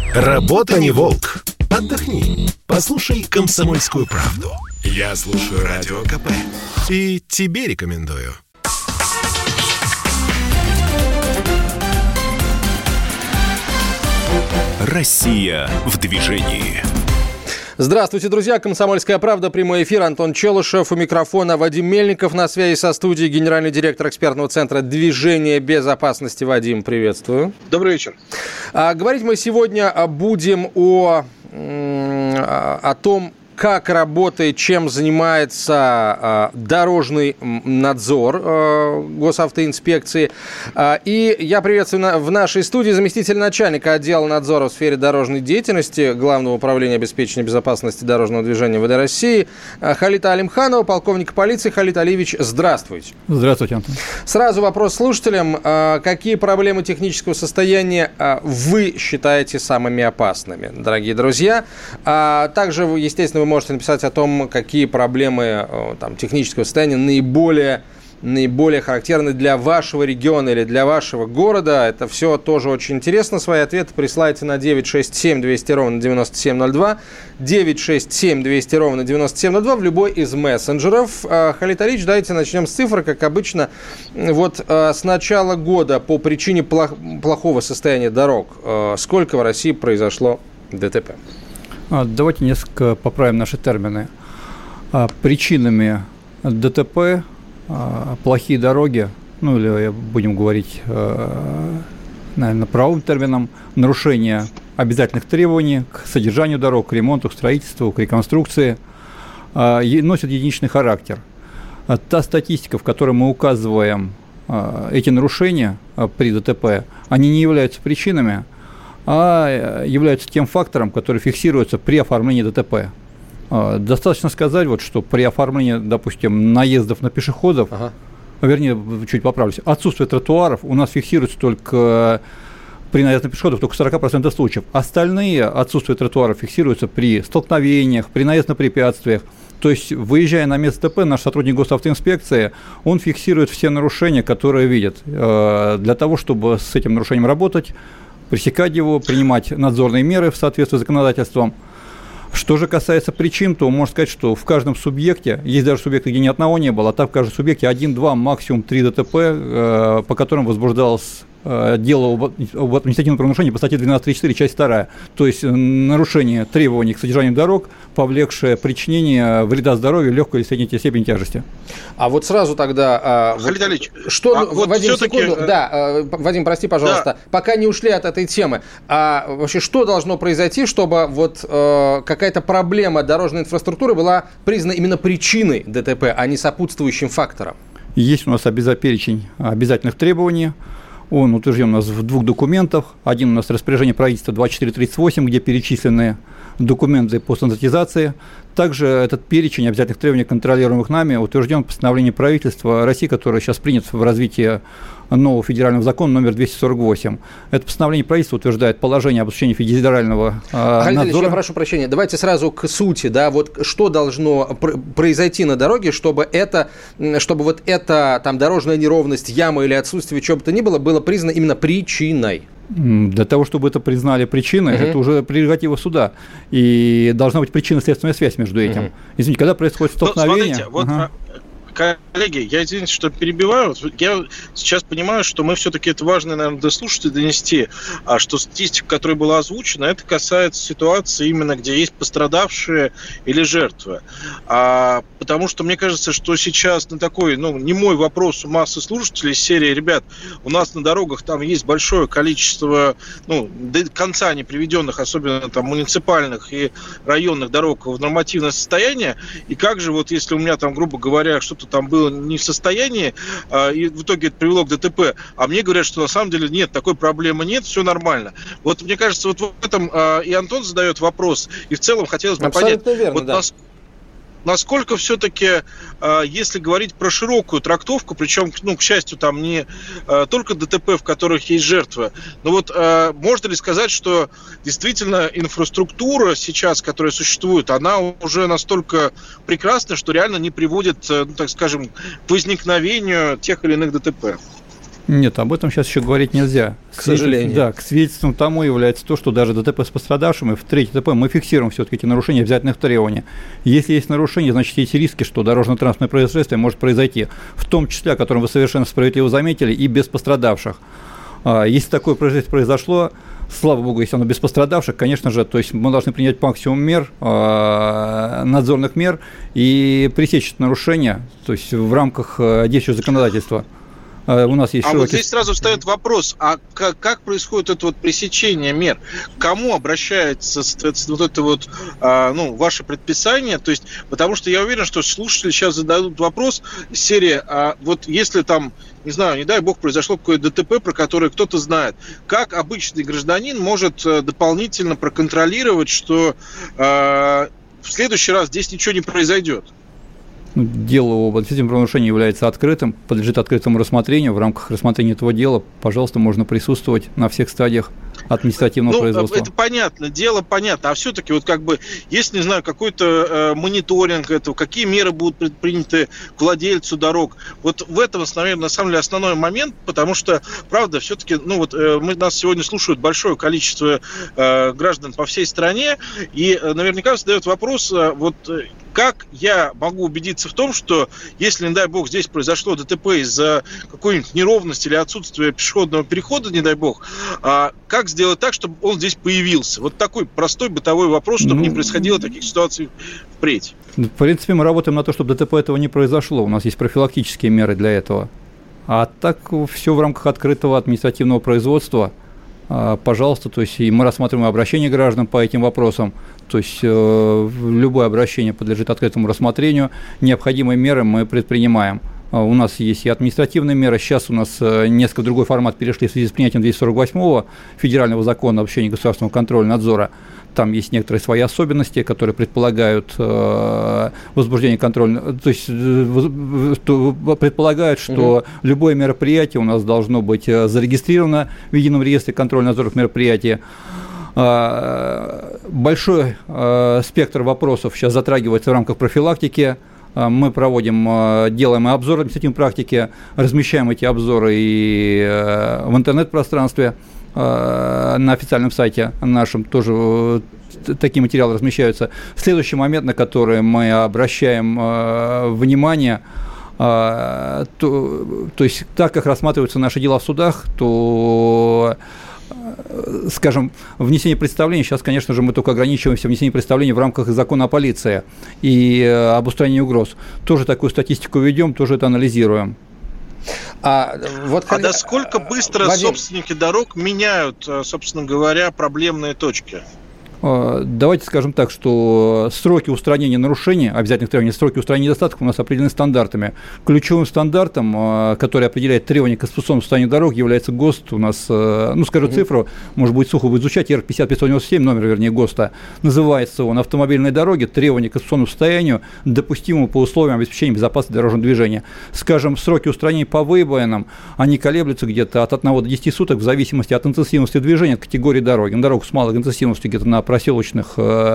Работа не волк. Отдохни. Послушай «Комсомольскую правду». Я слушаю Радио КП. И тебе рекомендую. Россия в движении. Здравствуйте, друзья. «Комсомольская правда», прямой эфир. Антон Челышев у микрофона. Вадим Мельников на связи со студией, генеральный директор экспертного центра движения безопасности. Вадим, приветствую. Добрый вечер. Говорить мы сегодня будем о том, как работает, чем занимается дорожный надзор госавтоинспекции. И я приветствую в нашей студии заместителя начальника отдела надзора в сфере дорожной деятельности Главного управления обеспечения безопасности дорожного движения МВД России Халита Алимханова, полковника полиции. Халит Алиевич, здравствуйте. Здравствуйте, Антон. Сразу вопрос слушателям. Какие проблемы технического состояния вы считаете самыми опасными, дорогие друзья? Также, естественно, вы можете написать о том, какие проблемы технического состояния наиболее характерны для вашего региона или для вашего города. Это все тоже очень интересно. Свои ответы присылайте на 967-200-97-02, 967-200-97-02 в любой из мессенджеров. Халит Алиевич, давайте начнем с цифр, как обычно. Вот с начала года по причине плохого состояния дорог сколько в России произошло ДТП? Давайте несколько поправим наши термины. Причинами ДТП плохие дороги, или будем говорить, наверное, правовым термином, нарушение обязательных требований к содержанию дорог, к ремонту, к строительству, к реконструкции, носят единичный характер. Та статистика, в которой мы указываем эти нарушения при ДТП, они не являются причинами, а являются тем фактором, который фиксируется при оформлении ДТП. Достаточно сказать, что при оформлении, допустим, наездов на пешеходов, вернее, чуть поправлюсь, отсутствие тротуаров у нас фиксируется только при наездах на пешеходов только в 40% случаев. Остальные отсутствие тротуаров фиксируются при столкновениях, при наездах на препятствиях. То есть, выезжая на место ДТП, наш сотрудник госавтоинспекции, он фиксирует все нарушения, которые видит, для того, чтобы с этим нарушением работать, пресекать его, принимать надзорные меры в соответствии с законодательством. Что же касается причин, то можно сказать, что в каждом субъекте, есть даже субъекты, где ни одного не было, а так в каждом субъекте 1-2, максимум 3 ДТП, по которым возбуждалось дело об административном правонарушении по статье 12.3.4, часть 2. То есть нарушение требований к содержанию дорог, повлекшее причинение вреда здоровью легкой или средней степени тяжести. А вот сразу тогда... Халит Алиевич, Вадим, секунду. Да, Вадим, прости, пожалуйста. Да. Пока не ушли от этой темы. Вообще, что должно произойти, чтобы какая-то проблема дорожной инфраструктуры была признана именно причиной ДТП, а не сопутствующим фактором? Есть у нас перечень обязательных требований. Он утвержден у нас в 2 документах. Один у нас распоряжение правительства 2438, где перечислены документы по стандартизации. Также этот перечень обязательных требований, контролируемых нами, утвержден в постановлении правительства России, которое сейчас принято в развитии нового федерального закона номер 248. Это постановление правительства утверждает положение об осуществлении федерального надзора. Я прошу прощения, давайте сразу к сути, да, что должно произойти на дороге, чтобы эта дорожная неровность, яма или отсутствие чего бы то ни было признано именно причиной. Для того, чтобы это признали причиной, это уже прерогатива суда. И должна быть причинно-следственная связь между этим. Извините, когда происходит столкновение... Смотрите, коллеги, я извините, что перебиваю. Я сейчас понимаю, что мы все-таки это важно, наверное, дослушать и донести, что статистика, которая была озвучена, это касается ситуации именно, где есть пострадавшие или жертвы. Потому что мне кажется, что сейчас на такой, не мой вопрос у массы слушателей из серии, ребят, у нас на дорогах там есть большое количество, до конца не приведенных, особенно там муниципальных и районных дорог в нормативное состояние, и как же если у меня там, грубо говоря, что-то там было не в состоянии, и в итоге это привело к ДТП, а мне говорят, что на самом деле нет, такой проблемы нет, все нормально. Мне кажется, в этом и Антон задает вопрос, и в целом хотелось бы абсолютно понять, верно, да. Насколько все-таки, если говорить про широкую трактовку, причем, к счастью, там не только ДТП, в которых есть жертвы, но можно ли сказать, что действительно инфраструктура сейчас, которая существует, она уже настолько прекрасна, что реально не приводит, так скажем, к возникновению тех или иных ДТП? Нет, об этом сейчас еще говорить нельзя. К сожалению. Да, к свидетельствам тому является то, что даже ДТП с пострадавшими, в третьем ДТП мы фиксируем все-таки эти нарушения обязательных требований. Если есть нарушения, значит, есть риски, что дорожно-транспортное происшествие может произойти, в том числе, о котором вы совершенно справедливо заметили, и без пострадавших. Если такое происшествие произошло, слава богу, если оно без пострадавших, конечно же, то есть мы должны принять максимум мер, надзорных мер и пресечь это нарушение, то есть в рамках действующего законодательства. У нас есть вот здесь сразу встает вопрос, а как происходит это вот пресечение мер? К кому обращается, соответственно, вот это вот, ваше предписание? То есть, потому что я уверен, что слушатели сейчас зададут вопрос из серии, вот если там, не знаю, не дай бог, произошло какое-то ДТП, про которое кто-то знает, как обычный гражданин может дополнительно проконтролировать, что в следующий раз здесь ничего не произойдет? Дело об административном правонарушении является открытым, подлежит открытому рассмотрению. В рамках рассмотрения этого дела, пожалуйста, можно присутствовать на всех стадиях административного производства. Это понятно, дело понятно. А все-таки вот как бы, если, не знаю, какой-то мониторинг этого, какие меры будут предприняты к владельцу дорог, вот в этом, наверное, на самом деле основной момент, потому что, правда, все-таки, нас сегодня слушают большое количество граждан по всей стране, и наверняка задают вопрос, как я могу убедиться в том, что если, не дай бог, здесь произошло ДТП из-за какой-нибудь неровности или отсутствия пешеходного перехода, не дай бог, как сделать так, чтобы он здесь появился? Вот такой простой бытовой вопрос, чтобы не происходило таких ситуаций впредь. В принципе, мы работаем на то, чтобы ДТП этого не произошло. У нас есть профилактические меры для этого. А так все в рамках открытого административного производства. Пожалуйста, то есть и мы рассматриваем обращения граждан по этим вопросам, то есть любое обращение подлежит открытому рассмотрению, необходимые меры мы предпринимаем. У нас есть и административные меры, сейчас у нас несколько другой формат перешли в связи с принятием 248-го федерального закона об осуществлении государственного контроля и надзора. Там есть некоторые свои особенности, которые предполагают возбуждение контроля, то есть предполагают, что любое мероприятие у нас должно быть зарегистрировано в едином реестре контрольно-надзорных мероприятий. Большой спектр вопросов сейчас затрагивается в рамках профилактики. Мы делаем обзор административной практики, размещаем эти обзоры и в интернет-пространстве. На официальном сайте нашем тоже такие материалы размещаются. Следующий момент, на который мы обращаем внимание, то есть так как рассматриваются наши дела в судах, то, скажем, внесение представлений, сейчас, конечно же, мы только ограничиваемся внесением представлений в рамках закона о полиции и об устранении угроз. Тоже такую статистику ведем, тоже это анализируем. Насколько быстро собственники дорог меняют, собственно говоря, проблемные точки? Давайте скажем так, что сроки устранения нарушений, обязательных требований, сроки устранения недостатков у нас определены стандартами. Ключевым стандартом, который определяет требования к эксплуатационному состоянию дорог, является ГОСТ. У нас, скажу цифру, может быть, сухо будет звучать, R50597, номер, ГОСТа. Называется он «Автомобильные дороги. Требования к эксплуатационному состоянию, допустимому по условиям обеспечения безопасности дорожного движения». Скажем, сроки устранения по выбоинам, они колеблются где-то от 1 до 10 суток в зависимости от интенсивности движения, от категории дороги. На дорогу с малой интенсивностью где-то на проселочных,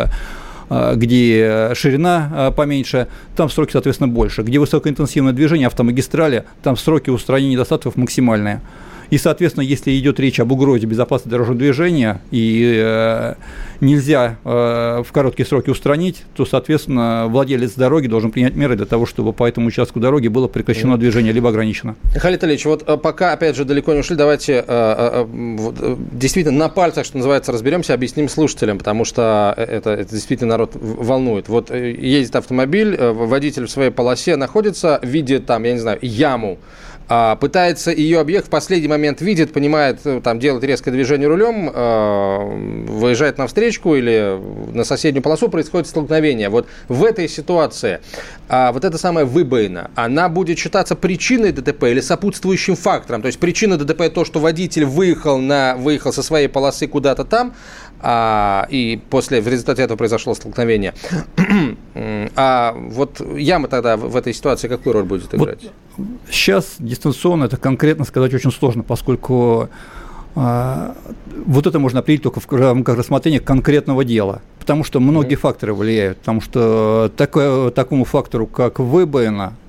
где ширина поменьше, там сроки, соответственно, больше. Где высокоинтенсивное движение, автомагистрали, там сроки устранения недостатков максимальные. И, соответственно, если идет речь об угрозе безопасности дорожного движения и нельзя в короткие сроки устранить, то, соответственно, владелец дороги должен принять меры для того, чтобы по этому участку дороги было прекращено движение либо ограничено. Халид Алиевич, вот пока, опять же, далеко не ушли, давайте действительно на пальцах, что называется, разберемся, объясним слушателям, потому что это действительно народ волнует. Вот едет автомобиль, водитель в своей полосе находится, видит там, я не знаю, яму, пытается ее объехать, в последний момент видит, понимает, там, делает резкое движение рулем, выезжает на встречку или на соседнюю полосу, происходит столкновение. Вот в этой ситуации вот эта самая выбоина, она будет считаться причиной ДТП или сопутствующим фактором? То есть причина ДТП то, что водитель выехал со своей полосы куда-то там, и в результате этого произошло столкновение. А вот яма тогда в этой ситуации какую роль будет играть? Сейчас дистанционно это конкретно сказать очень сложно, поскольку вот это можно определить только в рамках рассмотрения конкретного дела, потому что многие факторы влияют, потому что такому фактору, как выбоина,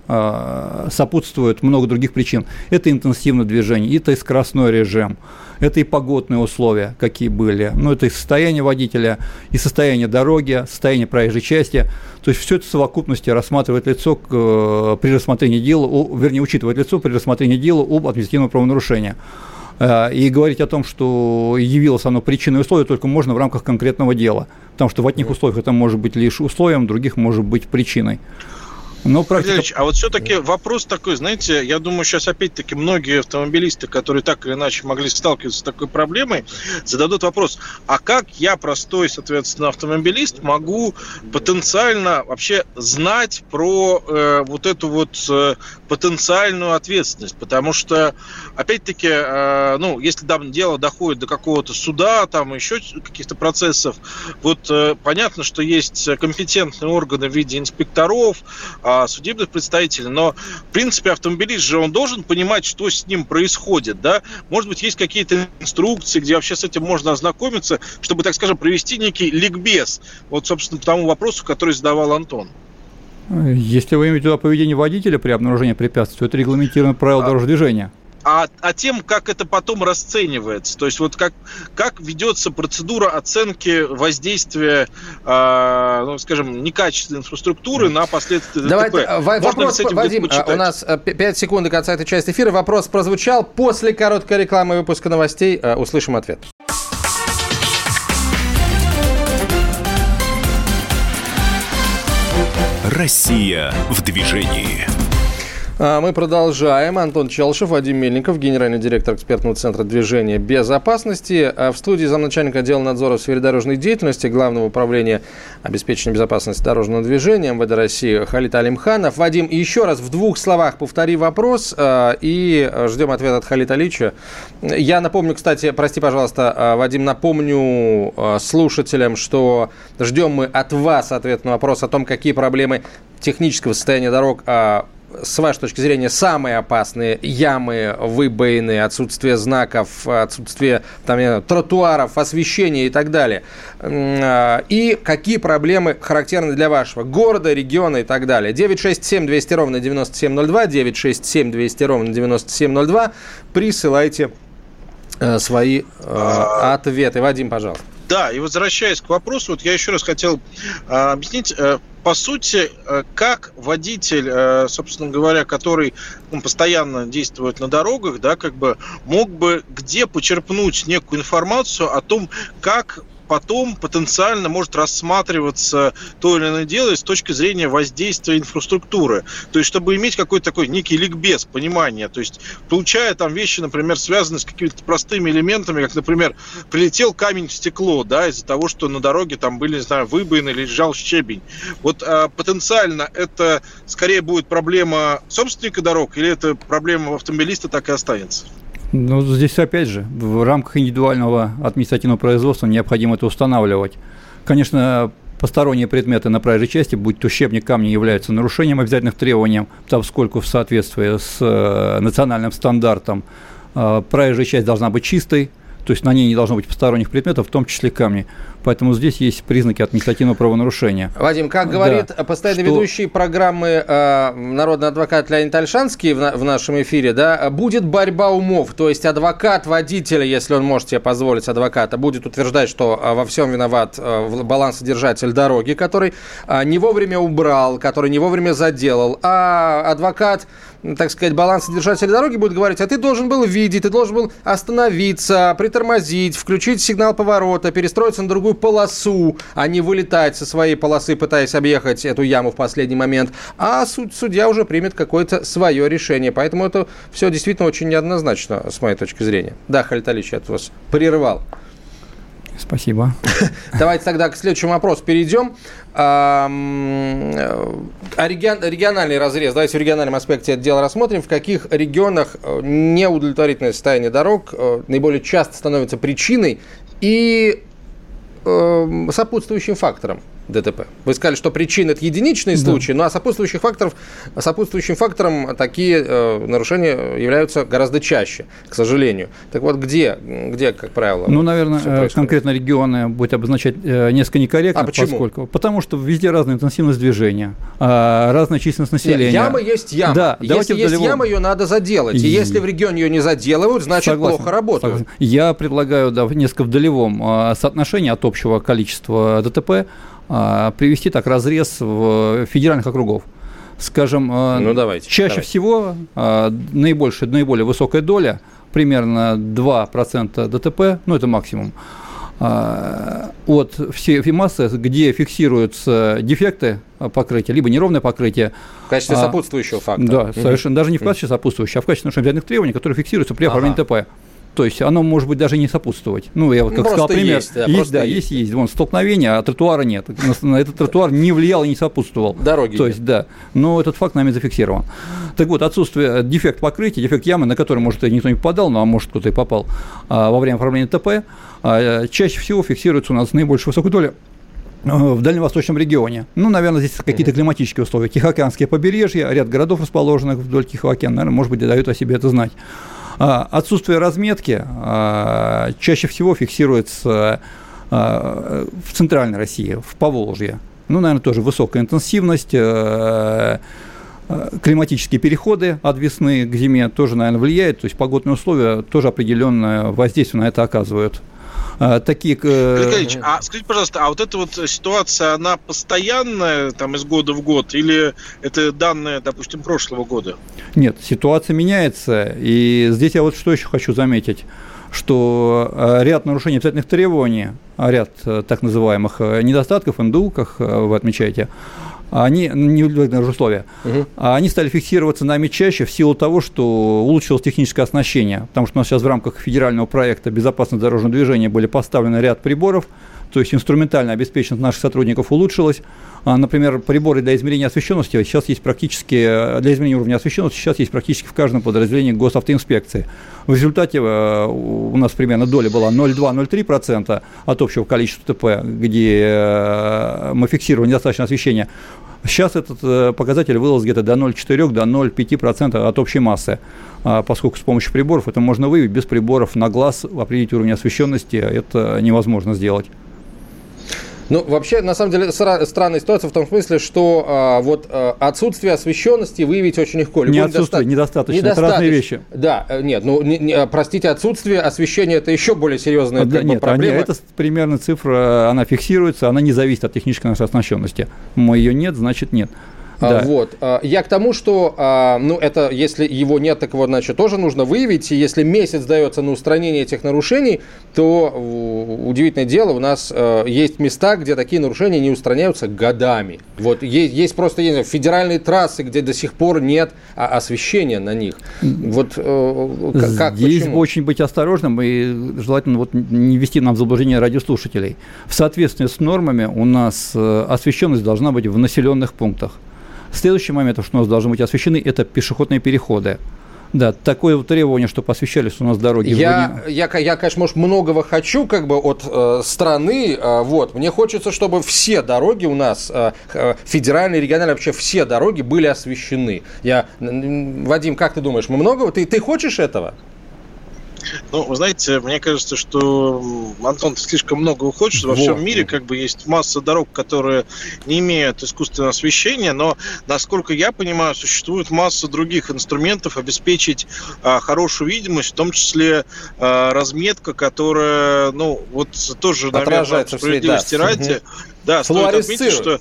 сопутствует много других причин. Это интенсивное движение, это и скоростной режим, это и погодные условия, какие были, это и состояние водителя, и состояние дороги, состояние проезжей части. То есть все это в совокупности рассматривает лицо при рассмотрении дела, учитывает лицо при рассмотрении дела об административном правонарушении. И говорить о том, что явилось оно причиной условия, только можно в рамках конкретного дела. Потому что в одних условиях это может быть лишь условием, в других может быть причиной. Но практика... А вот все-таки вопрос такой, знаете, я думаю, сейчас опять-таки многие автомобилисты, которые так или иначе могли сталкиваться с такой проблемой, зададут вопрос, а как я, простой, соответственно, автомобилист, могу потенциально вообще знать про вот эту вот потенциальную ответственность? Потому что, опять-таки, если дело доходит до какого-то суда, там еще каких-то процессов, понятно, что есть компетентные органы в виде инспекторов, судебных представителей, но, в принципе, автомобилист же, он должен понимать, что с ним происходит, да? Может быть, есть какие-то инструкции, где вообще с этим можно ознакомиться, чтобы, так скажем, провести некий ликбез, собственно, по тому вопросу, который задавал Антон. Если вы имеете в виду поведение водителя при обнаружении препятствий, то это регламентировано правила дорожного движения. А тем, как это потом расценивается, то есть как ведется процедура оценки воздействия, некачественной инфраструктуры на последствия ДТП. Давайте, вопрос, Вадим, у нас 5 секунд до конца этой части эфира. Вопрос прозвучал. После короткой рекламы и выпуска новостей услышим ответ. Россия в движении. Мы продолжаем. Антон Челшев, Вадим Мельников, генеральный директор экспертного центра движения безопасности. В студии замначальника отдела надзора в сфере дорожной деятельности Главного управления обеспечения безопасности дорожного движения МВД России Халид Алимханов. Вадим, еще раз в 2 словах повтори вопрос и ждем ответа от Халида Алича. Я напомню, кстати, прости, пожалуйста, Вадим, напомню слушателям, что ждем мы от вас ответ на вопрос о том, какие проблемы технического состояния дорог с вашей точки зрения, самые опасные: ямы, выбоины, отсутствие знаков, отсутствие тротуаров, освещения и так далее. И какие проблемы характерны для вашего города, региона и так далее. 967-200-97-02, 967-200-97-02. Присылайте свои ответы. Вадим, пожалуйста. Да, и возвращаясь к вопросу, я еще раз хотел объяснить, по сути, как водитель, собственно говоря, который постоянно действует на дорогах, мог бы где почерпнуть некую информацию о том, как потом потенциально может рассматриваться то или иное дело с точки зрения воздействия инфраструктуры. То есть, чтобы иметь какой-то такой некий ликбез, понимание. То есть, получая вещи, например, связанные с какими-то простыми элементами, как, например, прилетел камень в стекло, из-за того, что на дороге там были, выбоины или лежал щебень. Потенциально это скорее будет проблема собственника дорог или это проблема автомобилиста так и останется? Здесь, опять же, в рамках индивидуального административного производства необходимо это устанавливать. Конечно, посторонние предметы на проезжей части, будь то щебни, камни, являются нарушением обязательных требований, поскольку в соответствии с национальным стандартом проезжая часть должна быть чистой, то есть на ней не должно быть посторонних предметов, в том числе камней. Поэтому здесь есть признаки административного правонарушения. Вадим, как говорит постоянно ведущий программы народный адвокат Леонид Альшанский в нашем эфире, будет борьба умов. То есть адвокат водителя, если он может себе позволить адвоката, будет утверждать, что во всем виноват балансодержатель дороги, который не вовремя убрал, который не вовремя заделал. А адвокат, так сказать, балансодержатель дороги будет говорить: а ты должен был видеть, ты должен был остановиться, притормозить, включить сигнал поворота, перестроиться на другую полосу, а не вылетать со своей полосы, пытаясь объехать эту яму в последний момент. А судья уже примет какое-то свое решение. Поэтому это все действительно очень неоднозначно, с моей точки зрения. Да, Халид Алич, я вас прервал. Спасибо. Давайте тогда к следующему вопросу перейдем. Региональный разрез. Давайте в региональном аспекте это дело рассмотрим. В каких регионах неудовлетворительное состояние дорог наиболее часто становится причиной и сопутствующим фактором ДТП? Вы сказали, что причина – это единичные случаи, ну а сопутствующим фактором такие нарушения являются гораздо чаще, к сожалению. Так вот, где как правило, ну, наверное, конкретно регионы будет обозначать несколько некорректно. Почему? Потому что везде разная интенсивность движения, разная численность населения. Яма есть яма. Да, если есть яма, ее надо заделать. И если в регионе ее не заделывают, значит, плохо работают. Согласен. Я предлагаю несколько в долевом соотношении от общего количества ДТП привести так разрез в федеральных округов. Скажем, чаще всего наиболее высокая доля, примерно 2% ДТП, ну это максимум, от всей массы, где фиксируются дефекты покрытия, либо неровное покрытие. В качестве сопутствующего фактора. Да, совершенно. Даже не в качестве сопутствующего, а в качестве нарушения требований, которые фиксируются при оформлении ДТП. То есть оно может быть даже не сопутствовать. Ну, я вот как сказал пример. Есть. Вон столкновение, а тротуара нет. На этот тротуар не влиял и не сопутствовал. Дороги. То есть, да. Но этот факт нами зафиксирован. Так вот, отсутствие дефект покрытия, дефект ямы, на который, может, никто не попадал, но, может, кто-то и попал во время оформления ДТП, чаще всего фиксируется у нас наибольшей высокой долей в дальневосточном регионе. Ну, наверное, здесь какие-то климатические условия. Тихоокеанское побережье, ряд городов, расположенных вдоль Тихого океана, наверное, может быть, дают о себе это знать. Отсутствие разметки чаще всего фиксируется в центральной России, в Поволжье. Ну, наверное, тоже высокая интенсивность, климатические переходы от весны к зиме тоже, наверное, влияют. То есть погодные условия тоже определенное воздействие на это оказывают. Такие... Григорьевич, скажите, пожалуйста, а вот эта вот ситуация, она постоянная там из года в год, или это данные, допустим, прошлого года? Нет, ситуация меняется, и здесь я вот что еще хочу заметить, что ряд нарушений обязательных требований, ряд так называемых недостатков, НДУ, как вы отмечаете, они не удовлетворенные условия, они стали фиксироваться нами чаще в силу того, что улучшилось техническое оснащение, потому что у нас сейчас в рамках федерального проекта «Безопасность дорожного движения» были поставлены ряд приборов, то есть инструментальная обеспеченность наших сотрудников улучшилась. Например, приборы для измерения освещенности сейчас есть практически, для измерения уровня освещенности сейчас есть практически в каждом подразделении госавтоинспекции. В результате у нас примерно доля была 0,2-0,3% от общего количества ТП, где мы фиксировали недостаточное освещение. Сейчас этот показатель вырос где-то до 0,4, до 0,5% от общей массы, поскольку с помощью приборов это можно выявить, без приборов на глаз определить уровень освещенности это невозможно сделать. Ну, вообще, на самом деле, странная ситуация в том смысле, что отсутствие освещенности выявить очень легко. Не отсутствие, недостаточно. Это разные вещи. Да, нет, простите, отсутствие освещения – это еще более серьезная проблема. Это примерно цифра, она фиксируется, она не зависит от технической нашей оснащенности. Ее нет, значит нет. Да. Вот. Я к тому, что, это, если его нет, так его, значит, тоже нужно выявить. И если месяц дается на устранение этих нарушений, то, удивительное дело, у нас есть места, где такие нарушения не устраняются годами. Вот. Есть просто федеральные трассы, где до сих пор нет освещения на них. Вот как, здесь почему? Очень быть осторожным и желательно не ввести нам в заблуждение радиослушателей. В соответствии с нормами у нас освещенность должна быть в населенных пунктах. Следующий момент, что у нас должны быть освещены, это пешеходные переходы. Да, такое требование, чтобы освещались у нас дороги. Я, конечно, может, многого хочу от страны. Мне хочется, чтобы все дороги у нас, федеральные, региональные, вообще все дороги были освещены. Вадим, как ты думаешь, мы многого? Ты хочешь этого? Ну, вы знаете, мне кажется, что Антон слишком много хочет. Во всем мире есть масса дорог, которые не имеют искусственного освещения, но, насколько я понимаю, существует масса других инструментов обеспечить хорошую видимость, в том числе разметка, которая, тоже, наверное, справедливости ради, стоит отметить, что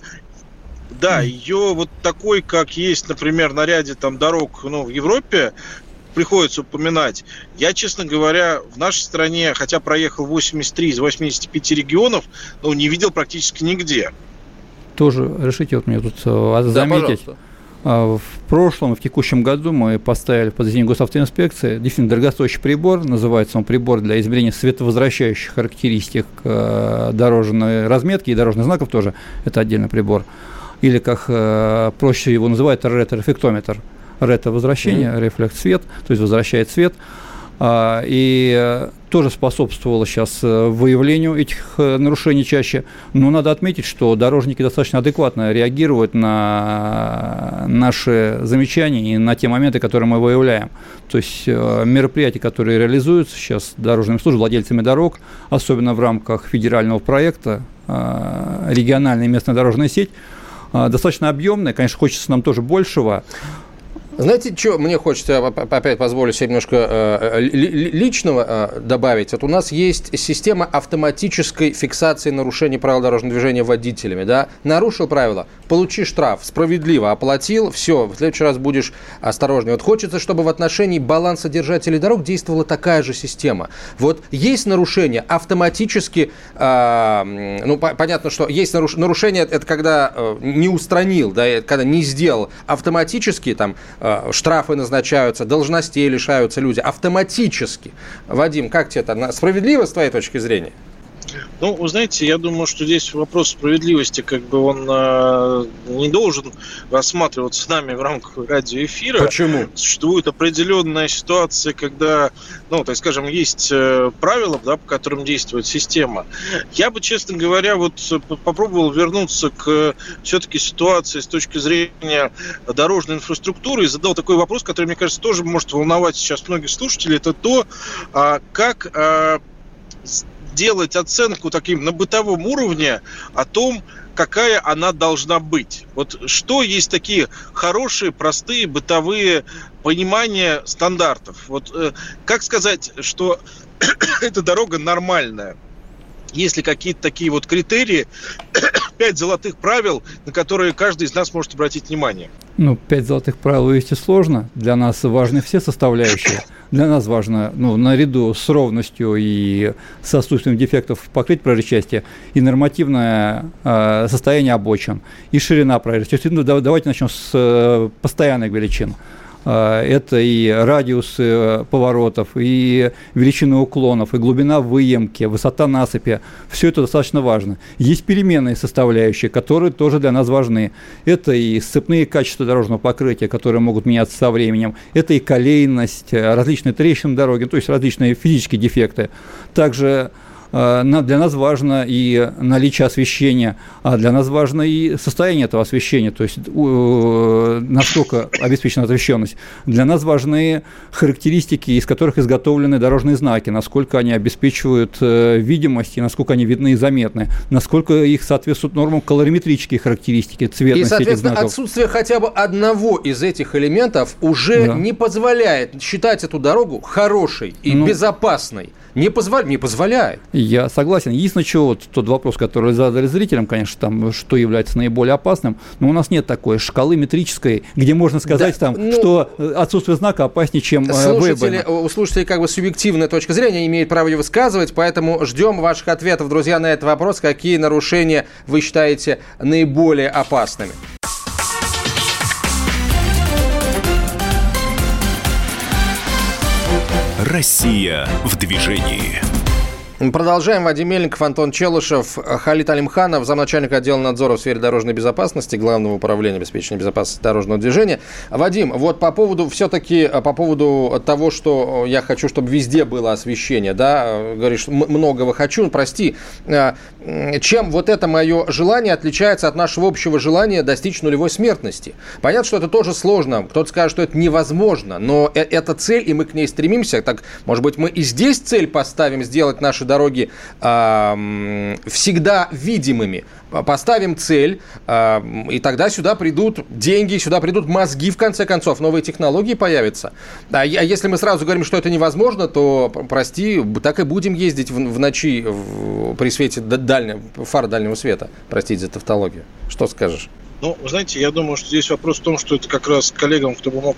ее такой, как есть, например, на ряде дорог в Европе, приходится упоминать. Я, честно говоря, в нашей стране, хотя проехал 83 из 85 регионов, не видел практически нигде. Тоже решите мне тут заметить. В прошлом, в текущем году мы поставили в подразделение госавтоинспекции действительно дорогостоящий прибор. Называется он прибор для измерения световозвращающих характеристик дорожной разметки и дорожных знаков тоже. Это отдельный прибор. Или, как проще его называют, ретро-рефлектометр. Это возвращение, рефлекс свет, то есть возвращает свет. и тоже способствовало сейчас выявлению этих нарушений чаще. Но надо отметить, что дорожники достаточно адекватно реагируют на наши замечания и на те моменты, которые мы выявляем. То есть мероприятия, которые реализуются сейчас дорожными службами, владельцами дорог, особенно в рамках федерального проекта «Региональная и местная дорожная сеть», достаточно объемная. Конечно, хочется нам тоже большего. Знаете, что мне хочется, опять позволю себе немножко личного добавить. Вот у нас есть система автоматической фиксации нарушений правил дорожного движения водителями. Да? Нарушил правила, получи штраф, справедливо оплатил, все, в следующий раз будешь осторожнее. Вот хочется, чтобы в отношении балансодержателей дорог действовала такая же система. Вот есть нарушение, автоматически, понятно, что есть нарушение, это когда не устранил, да, это когда не сделал, автоматически там штрафы назначаются, должностей лишаются люди автоматически. Вадим, как тебе это? Справедливо с твоей точки зрения? Ну, вы знаете, я думаю, что здесь вопрос справедливости, он не должен рассматриваться нами в рамках радиоэфира. Почему? Существует определенная ситуация, когда, так скажем, есть правила, да, по которым действует система. Я бы, честно говоря, попробовал вернуться к все-таки ситуации с точки зрения дорожной инфраструктуры и задал такой вопрос, который, мне кажется, тоже может волновать сейчас многих слушателей. Это то, как делать оценку таким на бытовом уровне о том, какая она должна быть. Вот что есть такие хорошие, простые, бытовые понимания стандартов? Как сказать, что эта дорога нормальная? Есть ли какие-то такие критерии, 5 золотых правил, на которые каждый из нас может обратить внимание? 5 золотых правил вывести сложно. Для нас важны все составляющие. Для нас важно, наряду с ровностью и с отсутствием дефектов покрыть проезжей части и нормативное состояние обочин, и ширина проезжей части. Давайте начнем с постоянных величин. Это и радиус поворотов, и величина уклонов, и глубина выемки, высота насыпи. Все это достаточно важно. Есть переменные составляющие, которые тоже для нас важны. Это и сцепные качества дорожного покрытия, которые могут меняться со временем. Это и колейность, различные трещины дороги, то есть различные физические дефекты. Также для нас важно и наличие освещения, а для нас важно и состояние этого освещения, то есть насколько обеспечена освещенность. Для нас важны характеристики, из которых изготовлены дорожные знаки, насколько они обеспечивают видимость и насколько они видны и заметны, насколько их соответствуют нормам колориметрические характеристики, цветности этих знаков. И, соответственно, отсутствие хотя бы одного из этих элементов уже не позволяет считать эту дорогу хорошей и безопасной. Не позволяет. Я согласен. Единственное, тот вопрос, который задали зрителям, конечно, там, что является наиболее опасным, но у нас нет такой шкалы метрической, где можно сказать, что отсутствие знака опаснее, чем выбор. У слушателей субъективная точка зрения, имеют право ее высказывать, поэтому ждем ваших ответов, друзья, на этот вопрос. Какие нарушения вы считаете наиболее опасными? Россия в движении. Продолжаем. Вадим Мельников, Антон Челышев, Халид Алимханов, замначальник отдела надзора в сфере дорожной безопасности, Главного управления обеспечения безопасности дорожного движения. Вадим, по поводу того, что я хочу, чтобы везде было освещение, да, говоришь, многого хочу, прости, чем это мое желание отличается от нашего общего желания достичь нулевой смертности? Понятно, что это тоже сложно, кто-то скажет, что это невозможно, но это цель, и мы к ней стремимся. Так, может быть, мы и здесь цель поставим сделать наши дороги всегда видимыми. Поставим цель, и тогда сюда придут деньги, сюда придут мозги, в конце концов, новые технологии появятся. А если мы сразу говорим, что это невозможно, то, прости, так и будем ездить в ночи при свете фар дальнего света. Простите за тавтологию. Что скажешь? Вы знаете, я думаю, что здесь вопрос в том, что это как раз коллегам, кто бы мог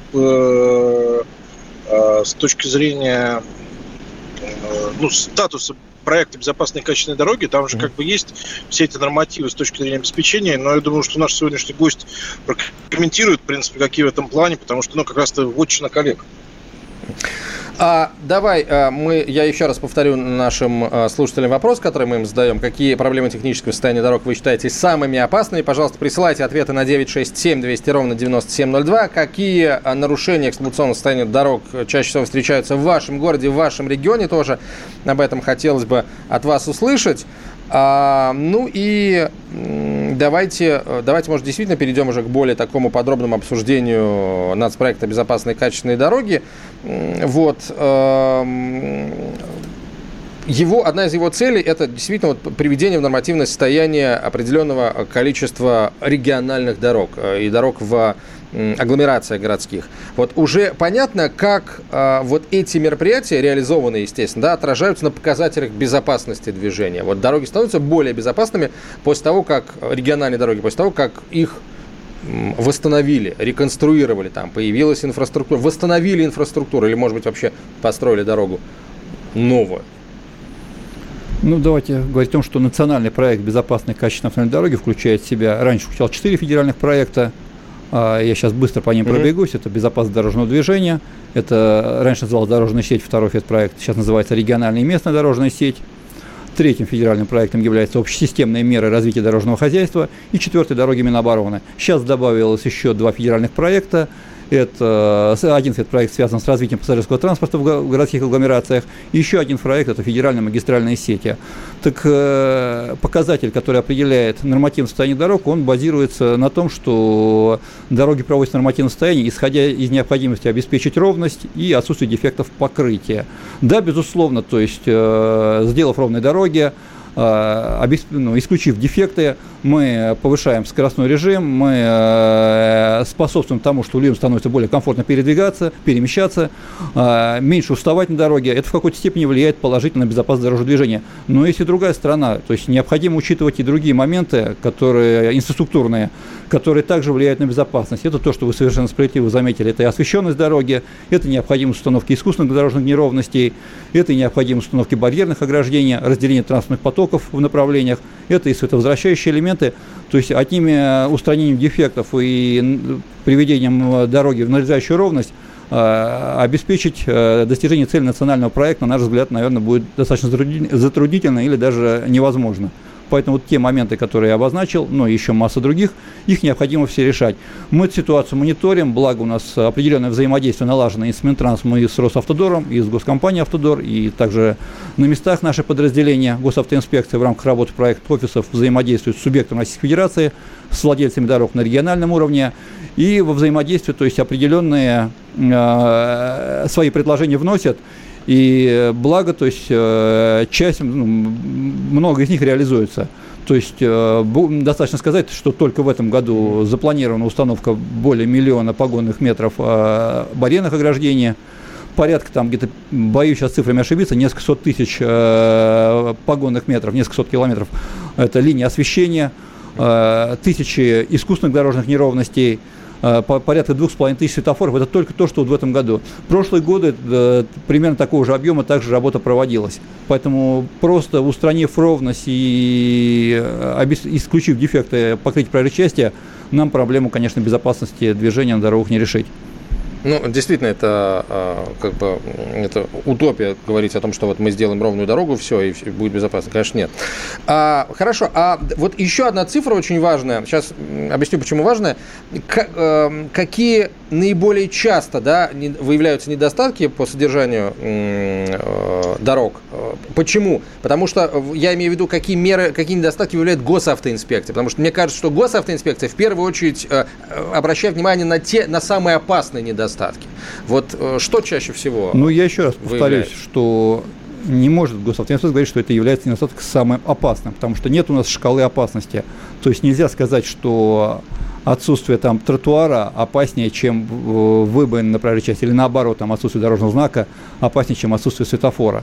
с точки зрения статуса проекта «Безопасные и качественные дороги», там же есть все эти нормативы с точки зрения обеспечения, но я думаю, что наш сегодняшний гость прокомментирует, в принципе, какие в этом плане, потому что, как раз-то вотчина коллег. Давай, я еще раз повторю нашим слушателям вопрос, который мы им задаем. Какие проблемы технического состояния дорог вы считаете самыми опасными? Пожалуйста, присылайте ответы на 967 200 ровно 9702. Какие нарушения эксплуатационного состояния дорог чаще всего встречаются в вашем городе, в вашем регионе? Тоже об этом хотелось бы от вас услышать. Ну и давайте, может, действительно перейдем уже к более такому подробному обсуждению нацпроекта «Безопасные качественные дороги». Вот. Одна из его целей – это действительно приведение в нормативное состояние определенного количества региональных дорог и дорог в агломерациях городских. Вот уже понятно, как вот эти мероприятия, реализованные, естественно, да, отражаются на показателях безопасности движения. Вот дороги становятся более безопасными после того, как региональные дороги, после того, как их восстановили, реконструировали, там появилась инфраструктура, восстановили инфраструктуру или, может быть, вообще построили дорогу новую. Давайте говорить о том, что национальный проект «Безопасные качественные автомобильные дороги» включает в себя, раньше включал 4 федеральных проекта, я сейчас быстро по ним пробегусь. Это безопасность дорожного движения, это раньше называлась дорожная сеть, второй федпроект, сейчас называется региональная и местная дорожная сеть. Третьим федеральным проектом являются общесистемные меры развития дорожного хозяйства и четвертый – дороги Минобороны. Сейчас добавилось еще 2 федеральных проекта. Это один проект связан с развитием пассажирского транспорта в городских агломерациях, и еще один проект – это федеральные магистральные сети. Так показатель, который определяет нормативное состояние дорог, он базируется на том, что дороги проводятся в нормативном состоянии, исходя из необходимости обеспечить ровность и отсутствие дефектов покрытия. Да, безусловно, то есть сделав ровные дороги, исключив дефекты, мы повышаем скоростной режим, мы способствуем тому, что людям становится более комфортно перемещаться, меньше уставать на дороге. Это в какой-то степени влияет положительно на безопасность дорожного движения. Но есть и другая сторона, то есть необходимо учитывать и другие моменты, инфраструктурные, которые также влияют на безопасность. Это то, что вы совершенно справедливо заметили, это и освещенность дороги, это необходимость установки искусственных дорожных неровностей, это и необходимость установки барьерных ограждений, разделения транспортных потоков в направлениях, это и световозвращающие элементы, то есть одними устранением дефектов и приведением дороги в надлежащую ровность обеспечить достижение цели национального проекта, на наш взгляд, наверное, будет достаточно затруднительно или даже невозможно. Поэтому вот те моменты, которые я обозначил, но еще масса других, их необходимо все решать. Мы эту ситуацию мониторим, благо у нас определенное взаимодействие налажено и с Минтранс, мы и с Росавтодором, и с госкомпанией «Автодор», и также на местах наши подразделения госавтоинспекции в рамках работы проекта офисов взаимодействуют с субъектами Российской Федерации, с владельцами дорог на региональном уровне, и во взаимодействии, то есть определенные свои предложения вносят. И благо, то есть часть, много из них реализуется. То есть достаточно сказать, что только в этом году запланирована установка более 1 миллиона погонных метров барьерных ограждений, порядка там где-то, боюсь сейчас цифрами ошибиться, несколько сот тысяч погонных метров, несколько сот километров, это линии освещения, тысячи искусственных дорожных неровностей, порядка 2500 светофоров. Это только то, что вот в этом году. В прошлые годы примерно такого же объема также работа проводилась. Поэтому просто устранив ровность и исключив дефекты покрытия проезжей части, нам проблему, конечно, безопасности движения на дорогах не решить. Действительно, это это утопия говорить о том, что вот мы сделаем ровную дорогу, все, и будет безопасно. Конечно, нет. Хорошо, вот еще одна цифра очень важная. Сейчас объясню, почему важная. Какие наиболее часто выявляются недостатки по содержанию дорог? Почему? Потому что я имею в виду, какие недостатки выявляет госавтоинспекция. Потому что мне кажется, что госавтоинспекция в первую очередь обращает внимание на самые опасные недостатки. Вот что чаще всего я еще раз повторюсь, что не может госавтоинспекция говорить, что это является недостатком самым опасным, потому что нет у нас шкалы опасности. То есть нельзя сказать, что отсутствие там тротуара опаснее, чем выбоина на проезжей части, или наоборот, там отсутствие дорожного знака опаснее, чем отсутствие светофора.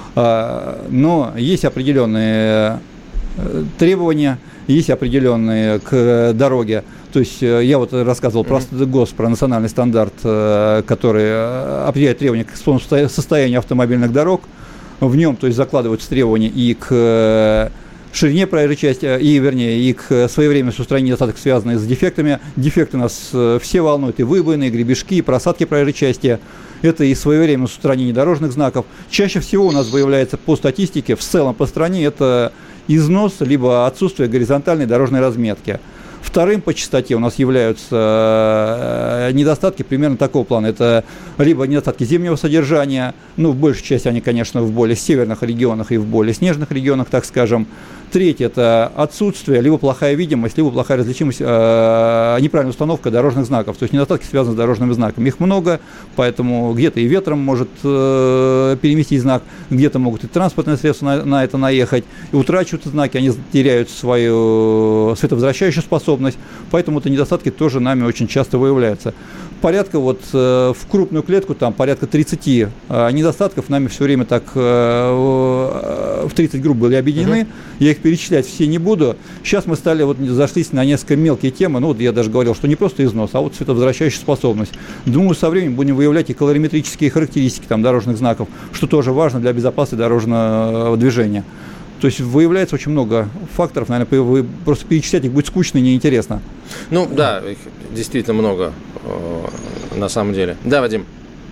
Но есть определенные требования, есть определенные к дороге. То есть я вот рассказывал про национальный стандарт, который определяет требования к состоянию автомобильных дорог. В нем, то есть, закладываются требования и к ширине проезжей части, и к своевременности устранения недостатков, связанных с дефектами. Дефекты нас все волнуют, и выбоины, и гребешки, и просадки проезжей части. Это и своевременное устранение дорожных знаков. Чаще всего у нас выявляется по статистике, в целом по стране, это износ, либо отсутствие горизонтальной дорожной разметки. Вторым по частоте у нас являются недостатки примерно такого плана. Это либо недостатки зимнего содержания, в большей части они, конечно, в более северных регионах и в более снежных регионах, так скажем. Третье – это отсутствие, либо плохая видимость, либо плохая различимость, неправильная установка дорожных знаков. То есть недостатки связаны с дорожными знаками. Их много, поэтому где-то и ветром может переместить знак, где-то могут и транспортные средства на это наехать, и утрачивают знаки, они теряют свою световозвращающую способность, поэтому эти недостатки тоже нами очень часто выявляются. Порядка в крупную клетку, там порядка 30 недостатков нами все время так в 30 групп были объединены. Я их перечислять все не буду. Сейчас мы зашлись на несколько мелкие темы. Я даже говорил, что не просто износ, а световозвращающая способность. Думаю, со временем будем выявлять и колориметрические характеристики дорожных знаков, что тоже важно для безопасности дорожного движения. То есть выявляется очень много факторов, наверное, просто перечислять их будет скучно и неинтересно. Да, их действительно много на самом деле. Да, Вадим.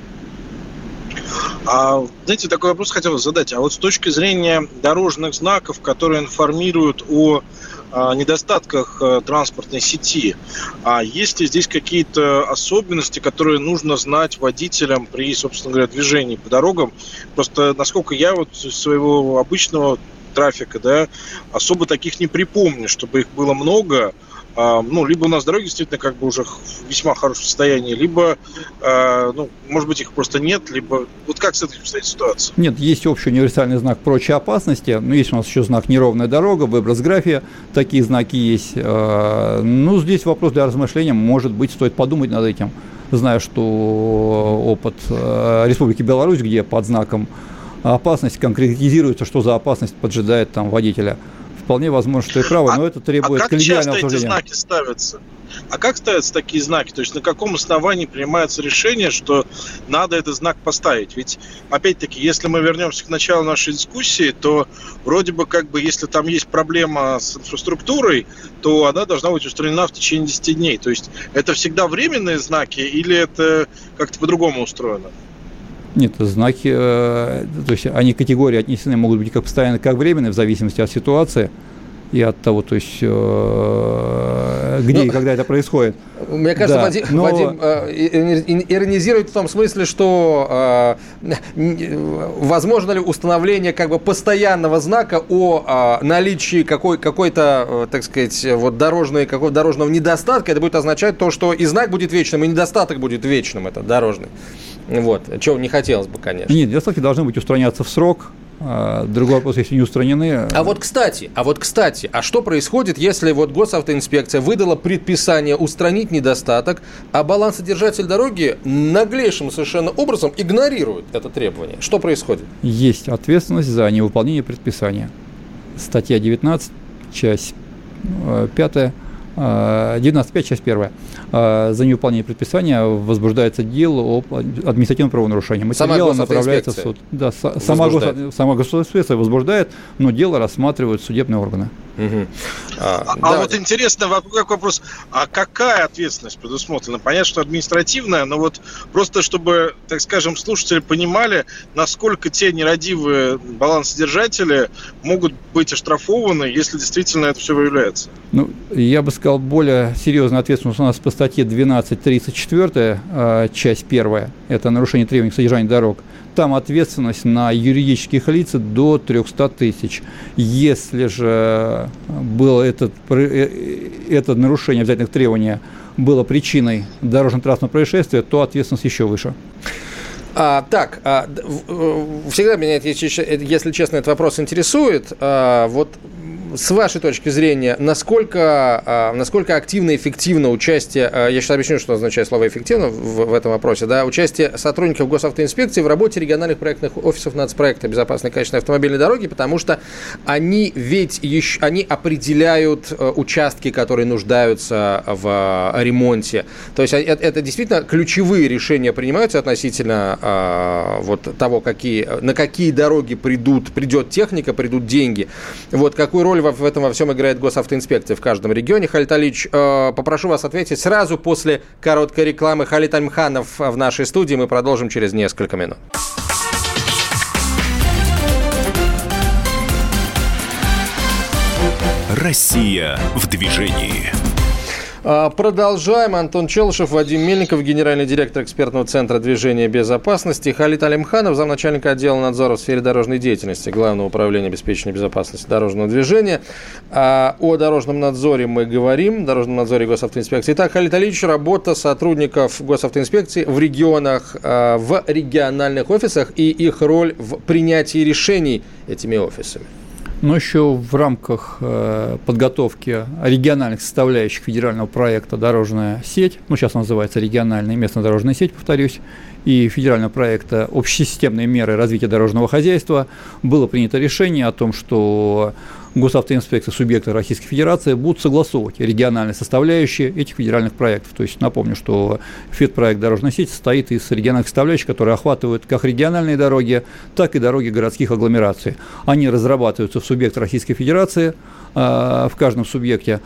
Знаете, такой вопрос хотел задать. А вот с точки зрения дорожных знаков, которые информируют о недостатках транспортной сети, есть ли здесь какие-то особенности, которые нужно знать водителям при, собственно говоря, движении по дорогам? Просто, насколько я из своего обычного трафика, особо таких не припомню, чтобы их было много. Либо у нас дороги действительно уже в весьма хорошем состоянии, либо, может быть, их просто нет, либо... Как с этим стоит ситуация? Нет, есть общий универсальный знак «Прочие опасности», есть у нас еще знак «Неровная дорога», «Выброс-графия», такие знаки есть. Здесь вопрос для размышления, может быть, стоит подумать над этим. Знаю, что опыт Республики Беларусь, где под знаком «Опасность» конкретизируется, что за опасность поджидает водителя. Вполне возможно, что и право, но это требует коллегиального обсуждения. Как часто эти знаки ставятся? Как ставятся такие знаки? То есть на каком основании принимается решение, что надо этот знак поставить? Ведь, опять-таки, если мы вернемся к началу нашей дискуссии, то вроде бы если там есть проблема с инфраструктурой, то она должна быть устранена в течение 10 дней. То есть это всегда временные знаки или это как-то по-другому устроено? Нет, знаки, то есть они категории отнесены могут быть как постоянно, как временные, в зависимости от ситуации и от того, то есть где и когда это происходит. Мне кажется, Вадим иронизирует в том смысле, что возможно ли установление постоянного знака о наличии какой-то, так сказать, дорожного недостатка. Это будет означать то, что и знак будет вечным, и недостаток будет вечным, это дорожный. Чего не хотелось бы, конечно. Нет, недостатки должны быть устраняться в срок. Другой вопрос, если не устранены. Кстати, что происходит, если госавтоинспекция выдала предписание устранить недостаток, а балансодержатель дороги наглейшим совершенно образом игнорирует это требование? Что происходит? Есть ответственность за невыполнение предписания. Статья 19, часть 5. 19.5, часть 1. За невыполнение предписания возбуждается дело об административном правонарушении. Материал направляется в суд. Да, сама госинспекция возбуждает, но дело рассматривают судебные органы. Угу. Интересно, как вопрос, а какая ответственность предусмотрена? Понятно, что административная, но просто чтобы, так скажем, слушатели понимали, насколько те нерадивые балансодержатели могут быть оштрафованы, если действительно это все выявляется. Я бы сказал, более серьезная ответственность у нас по статье 12.34, часть 1, это нарушение требований к содержанию дорог. Там ответственность на юридических лиц до 300 тысяч. Если же было это нарушение обязательных требований было причиной дорожно-транспортного происшествия, то ответственность еще выше. Всегда меня, если честно, этот вопрос интересует. С вашей точки зрения, насколько активно и эффективно участие, я сейчас объясню, что означает слово «эффективно» в этом вопросе, участие сотрудников госавтоинспекции в работе региональных проектных офисов нацпроекта «Безопасной и качественной автомобильной дороги», потому что они определяют участки, которые нуждаются в ремонте. То есть это действительно ключевые решения принимаются относительно того, на какие дороги придет техника, придут деньги. Какую роль в этом во всем играет госавтоинспекция в каждом регионе. Халид Алиевич, попрошу вас ответить сразу после короткой рекламы. Халид Алимханов в нашей студии. Мы продолжим через несколько минут. Россия в движении. Продолжаем. Антон Челышев, Вадим Мельников, генеральный директор экспертного центра движения безопасности, Халид Алимханов, замначальника отдела надзора в сфере дорожной деятельности Главного управления обеспечения безопасности дорожного движения. О дорожном надзоре мы говорим, дорожном надзоре госавтоинспекции. Итак, Халид Алиевич, работа сотрудников госавтоинспекции в регионах, в региональных офисах и их роль в принятии решений этими офисами. Но еще в рамках подготовки региональных составляющих федерального проекта «Дорожная сеть», сейчас называется региональная и местная дорожная сеть, повторюсь, и федерального проекта «Общесистемные меры развития дорожного хозяйства», было принято решение о том, что госавтоинспекция субъекта Российской Федерации будут согласовывать региональные составляющие этих федеральных проектов. То есть напомню, что федпроект «Дорожная сеть» состоит из региональных составляющих, которые охватывают как региональные дороги, так и дороги городских агломераций. Они разрабатываются в субъекте Российской Федерации, в каждом субъекте,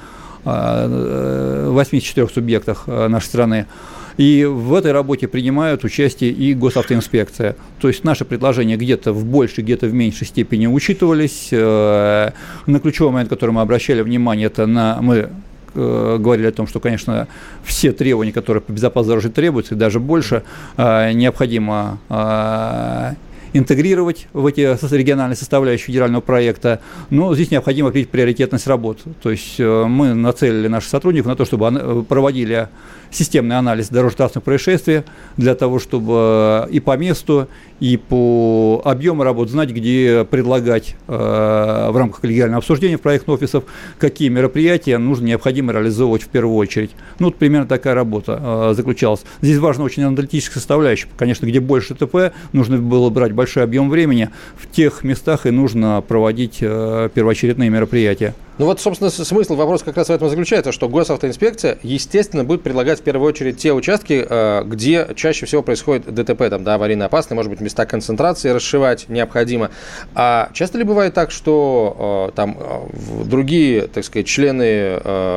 в 84 субъектах нашей страны. И в этой работе принимают участие и госавтоинспекция. То есть наши предложения где-то в большей, где-то в меньшей степени учитывались. На ключевой момент, на который мы обращали внимание, это мы говорили о том, что, конечно, все требования, которые по безопасности дорожной требуются, и даже больше, необходимо интегрировать в эти региональные составляющие федерального проекта, но здесь необходимо определить приоритетность работ. То есть мы нацелили наших сотрудников на то, чтобы они проводили системный анализ дорожно-транспортных происшествий для того, чтобы и по месту, и по объему работ знать, где предлагать в рамках коллегиального обсуждения проектных офисов, какие мероприятия необходимо реализовывать в первую очередь. Вот примерно такая работа заключалась. Здесь важна очень аналитическая составляющая. Конечно, где больше ТП, нужно было брать большой объем времени. В тех местах и нужно проводить первоочередные мероприятия. Собственно, смысл вопроса как раз в этом заключается, что госавтоинспекция, естественно, будет предлагать в первую очередь те участки, где чаще всего происходит ДТП, аварийно опасные, может быть, места концентрации расшивать необходимо. А часто ли бывает так, что другие, так сказать, члены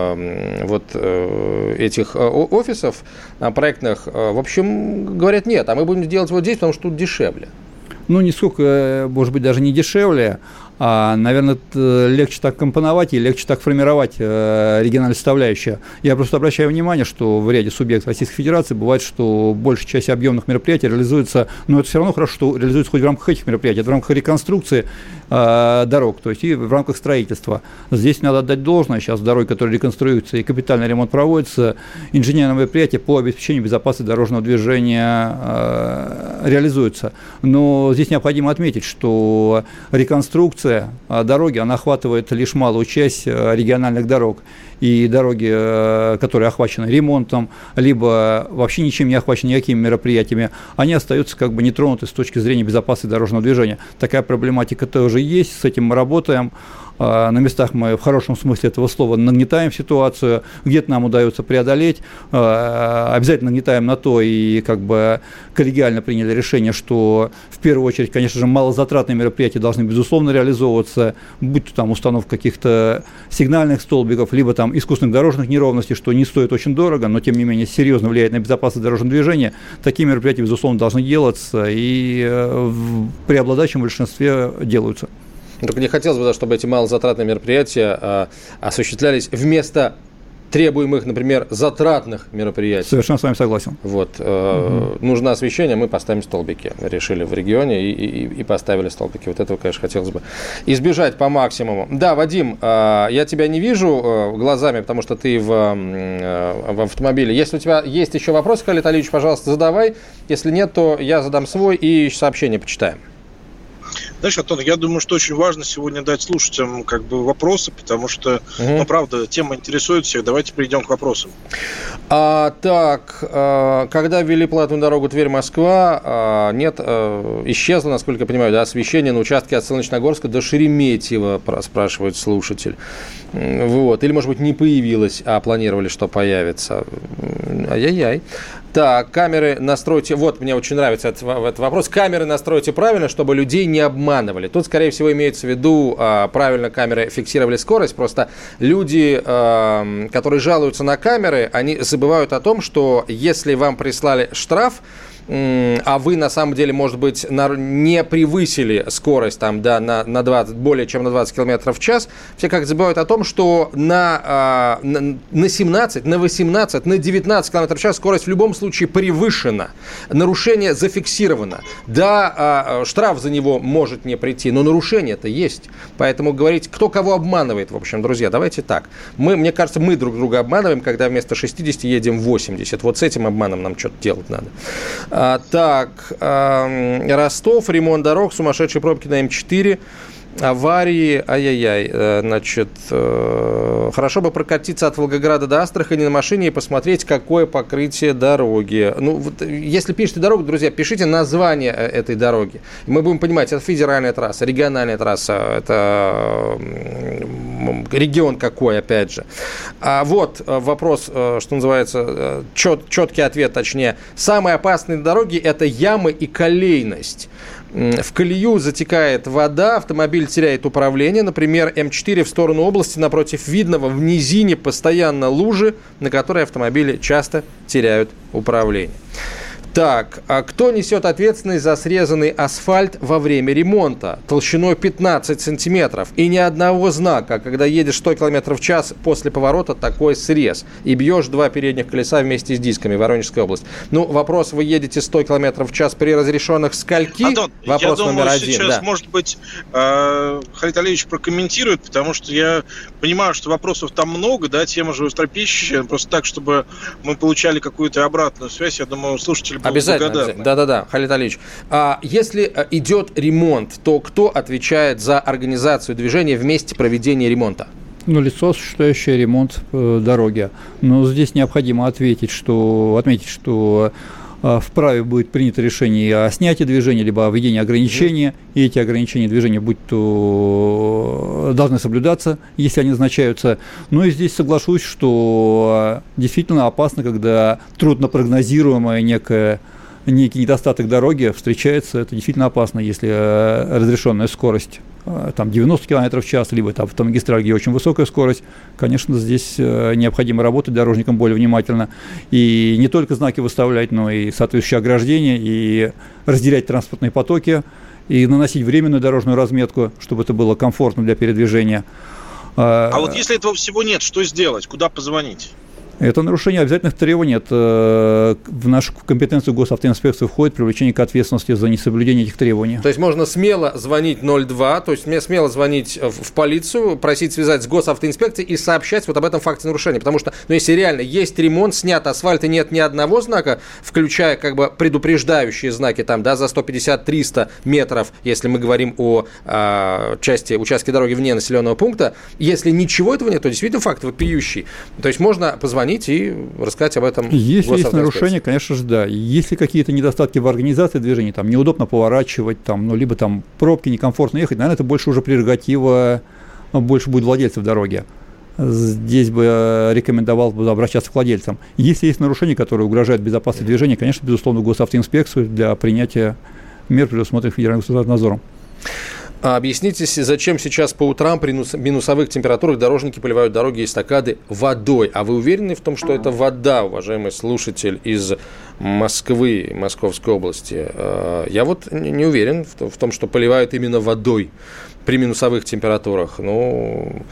этих офисов проектных, в общем, говорят, нет, а мы будем делать вот здесь, потому что тут дешевле? Нисколько, может быть, даже не дешевле, а, наверное, легче так компоновать и легче так формировать региональную составляющую. Я просто обращаю внимание, что в ряде субъектов Российской Федерации бывает, что большая часть объемных мероприятий реализуется, но это все равно хорошо, что реализуется хоть в рамках этих мероприятий, это в рамках реконструкции дорог, то есть и в рамках строительства. Здесь надо отдать должное, сейчас дороги, которые реконструируются и капитальный ремонт проводится, инженерные мероприятия по обеспечению безопасности дорожного движения реализуются. Но здесь необходимо отметить, что реконструкция дороги, она охватывает лишь малую часть региональных дорог. И дороги, которые охвачены ремонтом, либо вообще ничем не охвачены никакими мероприятиями, они остаются как бы нетронуты с точки зрения безопасности дорожного движения. Такая проблематика тоже есть, с этим мы работаем. На местах мы в хорошем смысле этого слова нагнетаем ситуацию, где-то нам удается преодолеть, обязательно нагнетаем на то и как бы коллегиально приняли решение, что в первую очередь, конечно же, малозатратные мероприятия должны безусловно реализовываться, будь то там установка каких-то сигнальных столбиков, либо там искусственных дорожных неровностей, что не стоит очень дорого, но тем не менее серьезно влияет на безопасность дорожного движения. Такие мероприятия, безусловно, должны делаться и в преобладающем большинстве делаются. Только не хотелось бы, чтобы эти малозатратные мероприятия осуществлялись вместо требуемых, например, затратных мероприятий. Совершенно с вами согласен. Нужно освещение, мы поставим столбики. Решили в регионе и поставили столбики. Вот этого, конечно, хотелось бы избежать по максимуму. Да, Вадим, я тебя не вижу глазами, потому что ты в автомобиле. Если у тебя есть еще вопросы, Халид Алиевич, пожалуйста, задавай. Если нет, то я задам свой и сообщение почитаем. Знаешь, Антон, я думаю, что очень важно сегодня дать слушателям вопросы, потому что, правда, тема интересует всех. Давайте перейдем к вопросам. Когда ввели платную дорогу Тверь-Москва, исчезло, насколько я понимаю, освещение на участке от Солнечногорска до Шереметьево, спрашивает слушатель. Или, может быть, не появилось, а планировали, что появится. Ай-яй-яй. Так, камеры настройте... Вот, мне очень нравится этот вопрос. Камеры настройте правильно, чтобы людей не обманывали. Тут, скорее всего, имеется в виду, правильно камеры фиксировали скорость. Просто люди, которые жалуются на камеры, они забывают о том, что если вам прислали штраф, а вы, на самом деле, может быть, не превысили скорость там, да, на 20, более чем на 20 км в час, все как забывают о том, что на 17, на 18, на 19 км в час скорость в любом случае превышена. Нарушение зафиксировано. Да, штраф за него может не прийти, но нарушение-то есть. Поэтому говорить, кто кого обманывает, в общем, друзья, давайте так. Мне кажется, мы друг друга обманываем, когда вместо 60 едем 80. Вот с этим обманом нам что-то делать надо. Так, Ростов, ремонт дорог, сумасшедшие пробки на М4, аварии, ай-яй-яй, значит, хорошо бы прокатиться от Волгограда до Астрахани на машине и посмотреть, какое покрытие дороги. Ну, вот, если пишете дорогу, друзья, пишите название этой дороги. Мы будем понимать, это федеральная трасса, региональная трасса, это регион какой, опять же. Вот вопрос, что называется, четкий ответ, точнее. Самые опасные дороги – это ямы и колейность. В колею затекает вода, автомобиль теряет управление. Например, М4 в сторону области напротив Видного в низине постоянно лужи, на которые автомобили часто теряют управление. Так, а кто несет ответственность за срезанный асфальт во время ремонта толщиной 15 сантиметров и ни одного знака, когда едешь 100 км в час после поворота, такой срез, и бьешь два передних колеса вместе с дисками, Воронежская область. Ну, вопрос, вы едете 100 км в час при разрешенных скольки? Антон, вопрос я номер думаю, один. Сейчас, да, может быть, Халид Алиевич прокомментирует, потому что я понимаю, что вопросов там много, да, тема же остропищущая, просто так, чтобы мы получали какую-то обратную связь, я думаю, слушатели обязательно. Да-да-да, Халид Алиевич. Если идет ремонт, то кто отвечает за организацию движения в месте проведения ремонта? Ну, лицо, осуществляющее ремонт дороги. Но здесь необходимо отметить, что вправе будет принято решение о снятии движения, либо о введении ограничения, и эти ограничения движения должны соблюдаться, если они назначаются. Ну и здесь соглашусь, что действительно опасно, когда труднопрогнозируемая некий недостаток дороги встречается. Это действительно опасно, если разрешенная скорость там 90 км в час, либо это автомагистраль, где очень высокая скорость. Конечно, здесь необходимо работать дорожникам более внимательно и не только знаки выставлять, но и соответствующие ограждения, и разделять транспортные потоки, и наносить временную дорожную разметку, чтобы это было комфортно для передвижения. А вот если этого всего нет, что сделать? Куда позвонить? Это нарушение обязательных требований. Это в нашу компетенцию госавтоинспекции входит привлечение к ответственности за несоблюдение этих требований. То есть можно смело звонить 02, то есть смело звонить в полицию, просить связать с госавтоинспекцией и сообщать вот об этом факте нарушения. Потому что, если реально есть ремонт, снят асфальт и нет ни одного знака, включая как бы предупреждающие знаки там, да, за 150-300 метров, если мы говорим о участке дороги вне населенного пункта, если ничего этого нет, то действительно факт вопиющий. То есть можно позвонить и рассказать об этом. Если есть нарушения, конечно же, да. Если какие-то недостатки в организации движения, там неудобно поворачивать, там, либо там пробки, некомфортно ехать, наверное, это больше уже прерогатива, больше будет владельцев дороги. Здесь бы рекомендовал обращаться к владельцам. Если есть нарушения, которые угрожают безопасности движения, конечно, безусловно, в госавтоинспекцию для принятия мер, предусмотренных федеральным государственным надзором. Объясните, зачем сейчас по утрам при минусовых температурах дорожники поливают дороги и эстакады водой? А вы уверены в том, что это вода, уважаемый слушатель из Москвы, Московской области? Я вот не уверен в том, что поливают именно водой при минусовых температурах. Ну,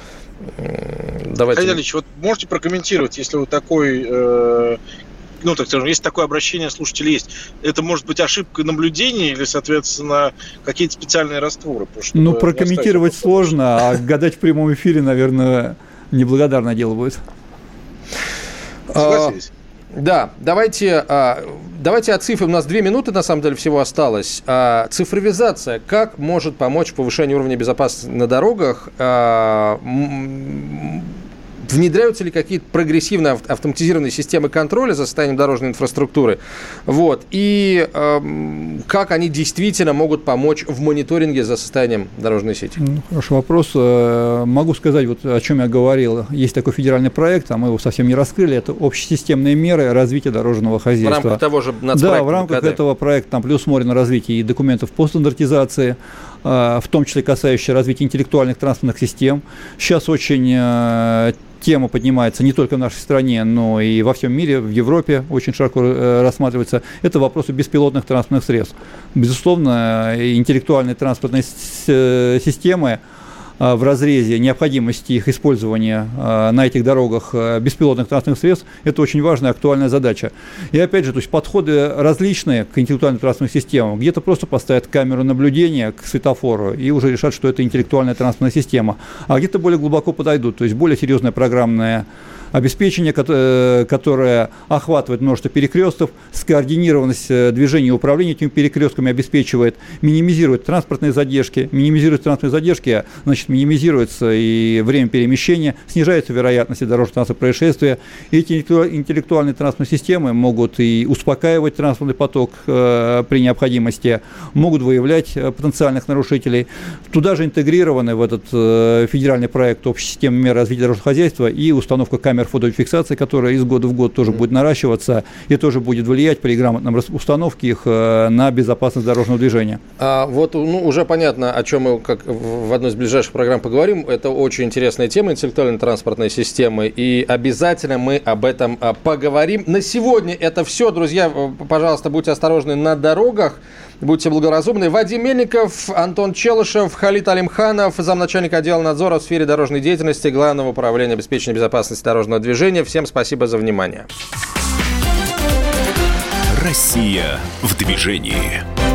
давайте. Халид Алиевич, вот можете прокомментировать, если вы такой... так скажем, если такое обращение слушателей есть, это может быть ошибка наблюдения или, соответственно, какие-то специальные растворы? Прокомментировать сложно, а гадать в прямом эфире, наверное, неблагодарное дело будет. Согласились? Да, давайте о цифре. У нас 2 минуты, на самом деле, всего осталось. Цифровизация. Как может помочь повышению уровня безопасности на дорогах? внедряются ли какие-то прогрессивные автоматизированные системы контроля за состоянием дорожной инфраструктуры, вот, и как они действительно могут помочь в мониторинге за состоянием дорожной сети? Хороший вопрос. Могу сказать, вот о чем я говорил. Есть такой федеральный проект, а мы его совсем не раскрыли, это общесистемные меры развития дорожного хозяйства. В рамках того же нацпроекта? Да, в рамках этого проекта там предусмотрено развитие и документов по стандартизации, в том числе касающиеся развития интеллектуальных транспортных систем. Сейчас очень тема поднимается не только в нашей стране, но и во всем мире, в Европе очень широко рассматривается. Это вопросы беспилотных транспортных средств. Безусловно, интеллектуальные транспортные системы в разрезе необходимости их использования на этих дорогах беспилотных транспортных средств, это очень важная, актуальная задача. И опять же, то есть подходы различные к интеллектуальным транспортным системам. Где-то просто поставят камеру наблюдения к светофору и уже решат, что это интеллектуальная транспортная система. А где-то более глубоко подойдут, то есть более серьезное программное обеспечение, которое охватывает множество перекрестков, скоординированность движения и управления этими перекрестками обеспечивает, минимизирует транспортные задержки. Значит, минимизируется и время перемещения, снижается вероятность дорожно-транспортного происшествия. Эти интеллектуальные транспортные системы могут и успокаивать транспортный поток при необходимости, могут выявлять потенциальных нарушителей. Туда же интегрированы в этот федеральный проект общей системы мер развития дорожного хозяйства и установка камер фотофиксации, которая из года в год тоже будет наращиваться и тоже будет влиять при грамотном установке их на безопасность дорожного движения. Уже понятно, о чем мы как в одной из ближайших программ поговорим. Это очень интересная тема интеллектуальной транспортной системы, и обязательно мы об этом поговорим. На сегодня это все, друзья. Пожалуйста, будьте осторожны на дорогах, будьте благоразумны. Вадим Мельников, Антон Челышев, Халид Алимханов, замначальника отдела надзора в сфере дорожной деятельности Главного управления обеспечения безопасности дорожного движения. Всем спасибо за внимание. Россия в движении.